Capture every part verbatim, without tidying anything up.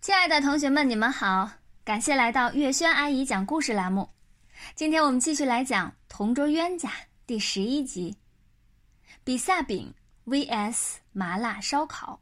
亲爱的同学们，你们好，感谢来到月轩阿姨讲故事栏目。今天我们继续来讲《同桌冤家》第十一集，比萨饼 V S 麻辣烧烤。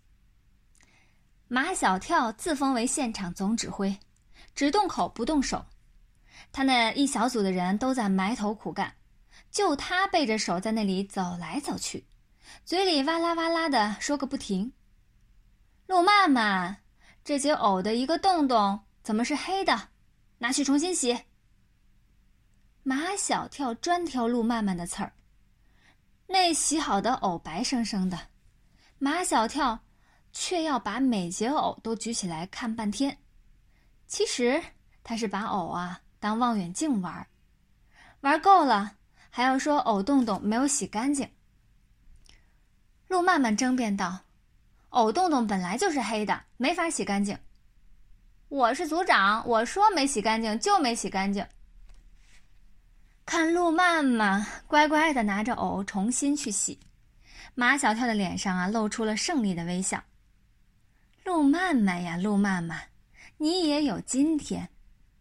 马小跳自封为现场总指挥，只动口不动手。他那一小组的人都在埋头苦干，就他背着手在那里走来走去，嘴里哇啦哇啦的说个不停。陆曼曼，这节藕的一个洞洞怎么是黑的？拿去重新洗。马小跳专挑陆曼曼的刺儿，那洗好的藕白生生的，马小跳却要把每节藕都举起来看半天。其实他是把藕啊当望远镜玩，玩够了还要说藕洞洞没有洗干净。陆曼曼争辩道，藕洞洞本来就是黑的，没法洗干净。我是组长，我说没洗干净就没洗干净。看陆曼曼乖乖地拿着藕重新去洗，马小跳的脸上啊露出了胜利的微笑。陆曼曼呀，陆曼曼，你也有今天。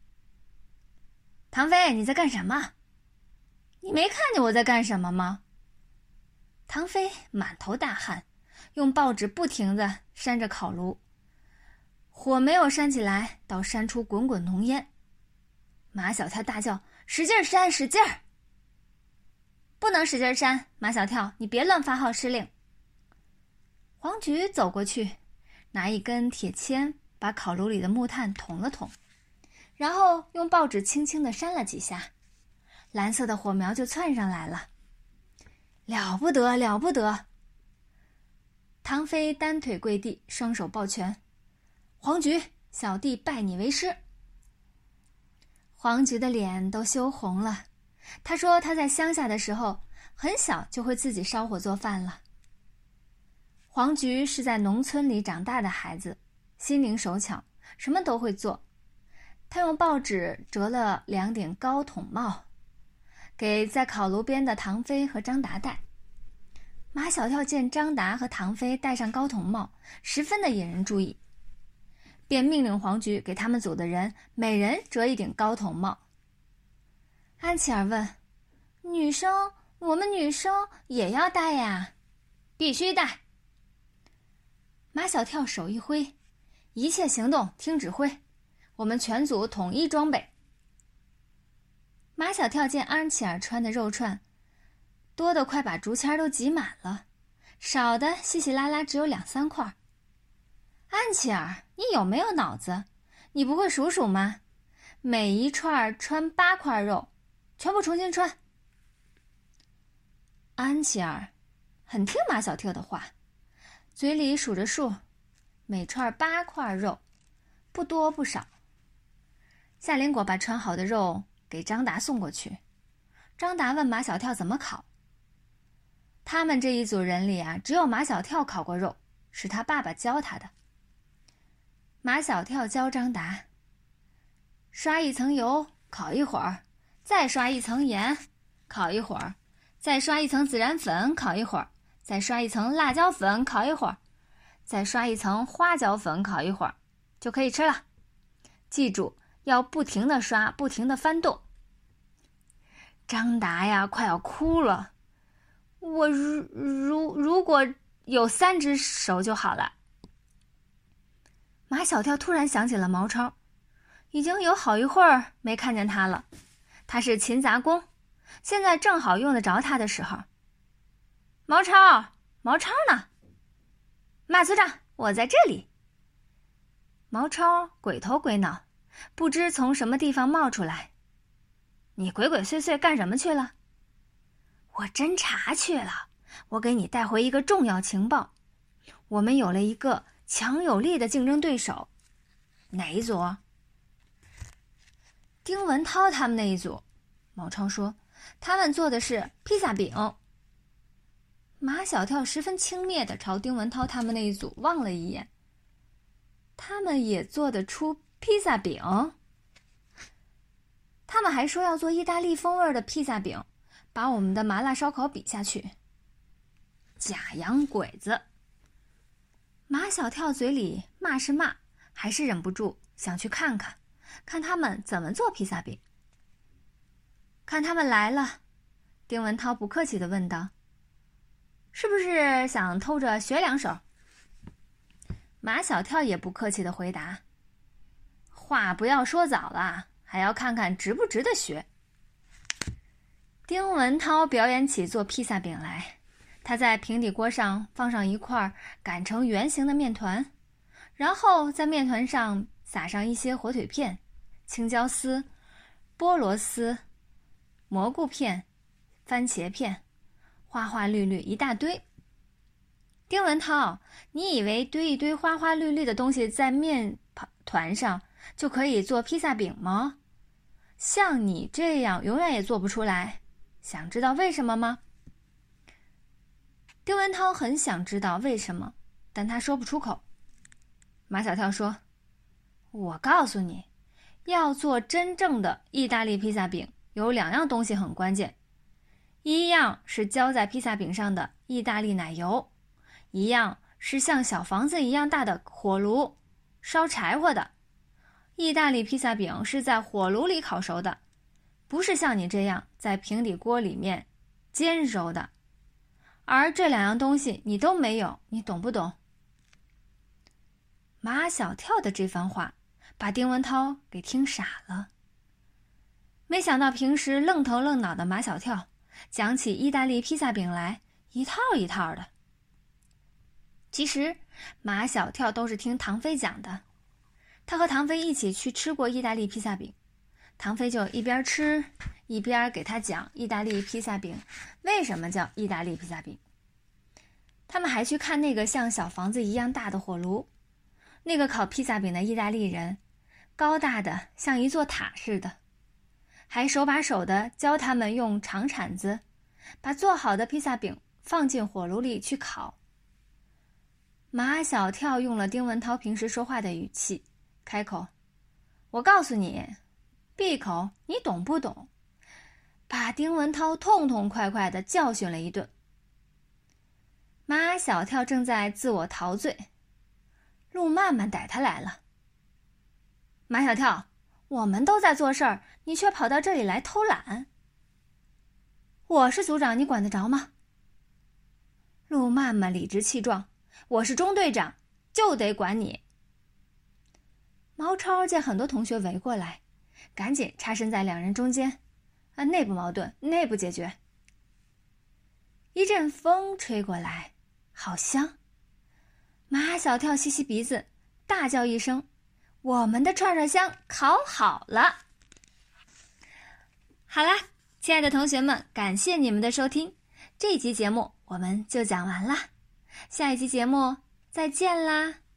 唐飞，你在干什么？你没看见我在干什么吗？唐飞满头大汗，用报纸不停地扇着烤炉，火没有扇起来，倒扇出滚滚浓烟。马小跳大叫，使劲扇，使劲儿！不能使劲扇，马小跳，你别乱发号施令。黄菊走过去，拿一根铁签把烤炉里的木炭捅了捅，然后用报纸轻轻地扇了几下，蓝色的火苗就窜上来了。了不得，了不得！唐飞单腿跪地，双手抱拳，黄菊，小弟拜你为师。黄菊的脸都羞红了，他说他在乡下的时候很小就会自己烧火做饭了。黄菊是在农村里长大的孩子，心灵手巧，什么都会做。他用报纸折了两顶高筒帽，给在烤炉边的唐飞和张达戴。马小跳见张达和唐飞戴上高筒帽，十分的引人注意，便命令黄菊给他们组的人每人折一顶高筒帽。安琪儿问，女生，我们女生也要戴呀？必须戴。马小跳手一挥，一切行动听指挥，我们全组统一装备。马小跳见安琪儿穿的肉串多得快把竹签都挤满了，少的稀稀拉拉只有两三块。安琪儿，你有没有脑子？你不会数数吗？每一串穿八块肉，全部重新穿。安琪儿很听马小跳的话，嘴里数着数，每串八块肉，不多不少。夏林果把穿好的肉给张达送过去，张达问马小跳怎么烤。他们这一组人里啊，只有马小跳烤过肉，是他爸爸教他的。马小跳教张达，刷一层油，烤一会儿，再刷一层盐，烤一会儿，再刷一层孜然粉，烤一会儿，再刷一层辣椒粉，烤一会儿，再刷一层花椒粉，烤一会儿，就可以吃了。记住，要不停地刷，不停地翻动。张达呀，快要哭了。我如如如果有三只手就好了。马小跳突然想起了毛超，已经有好一会儿没看见他了。他是勤杂工，现在正好用得着他的时候。毛超，毛超呢？马组长，我在这里。毛超鬼头鬼脑，不知从什么地方冒出来。你鬼鬼祟祟干什么去了？我侦查去了，我给你带回一个重要情报。我们有了一个强有力的竞争对手。哪一组？丁文涛他们那一组。毛超说，他们做的是披萨饼。马小跳十分轻蔑地朝丁文涛他们那一组望了一眼。他们也做得出披萨饼？他们还说要做意大利风味的披萨饼，把我们的麻辣烧烤比下去。假洋鬼子！马小跳嘴里骂是骂， 还是忍不住想去看看，看他们怎么做披萨饼。看他们来了，丁文涛不客气地问道：“是不是想偷着学两手？”马小跳也不客气地回答：“话不要说早了，还要看看值不值得学。”丁文涛表演起做披萨饼来，他在平底锅上放上一块擀成圆形的面团，然后在面团上撒上一些火腿片、青椒丝、菠萝丝、蘑菇片、番茄片，花花绿绿一大堆。丁文涛，你以为堆一堆花花绿绿的东西在面团上就可以做披萨饼吗？像你这样永远也做不出来。想知道为什么吗？丁文涛很想知道为什么，但他说不出口。马小跳说：“我告诉你，要做真正的意大利披萨饼，有两样东西很关键，一样是浇在披萨饼上的意大利奶油，一样是像小房子一样大的火炉，烧柴火的。意大利披萨饼是在火炉里烤熟的，不是像你这样在平底锅里面煎熟的。而这两样东西你都没有，你懂不懂？”马小跳的这番话把丁文涛给听傻了。没想到平时愣头愣脑的马小跳讲起意大利披萨饼来一套一套的。其实马小跳都是听唐飞讲的，他和唐飞一起去吃过意大利披萨饼，唐飞就一边吃一边给他讲意大利披萨饼为什么叫意大利披萨饼。他们还去看那个像小房子一样大的火炉，那个烤披萨饼的意大利人高大的像一座塔似的，还手把手的教他们用长铲子把做好的披萨饼放进火炉里去烤。马小跳用了丁文涛平时说话的语气开口：“我告诉你，闭口，你懂不懂？”把丁文涛痛痛快快地教训了一顿。马小跳正在自我陶醉，陆曼曼逮他来了。“马小跳，我们都在做事儿，你却跑到这里来偷懒。”“我是组长，你管得着吗？”陆曼曼理直气壮：“我是中队长，就得管你。”毛超见很多同学围过来，赶紧插身在两人中间：“啊，内部矛盾，内部解决。”一阵风吹过来，好香。马小跳吸吸鼻子，大叫一声：“我们的串串香烤好了！”好啦，亲爱的同学们，感谢你们的收听，这一集节目我们就讲完啦，下一集节目再见啦！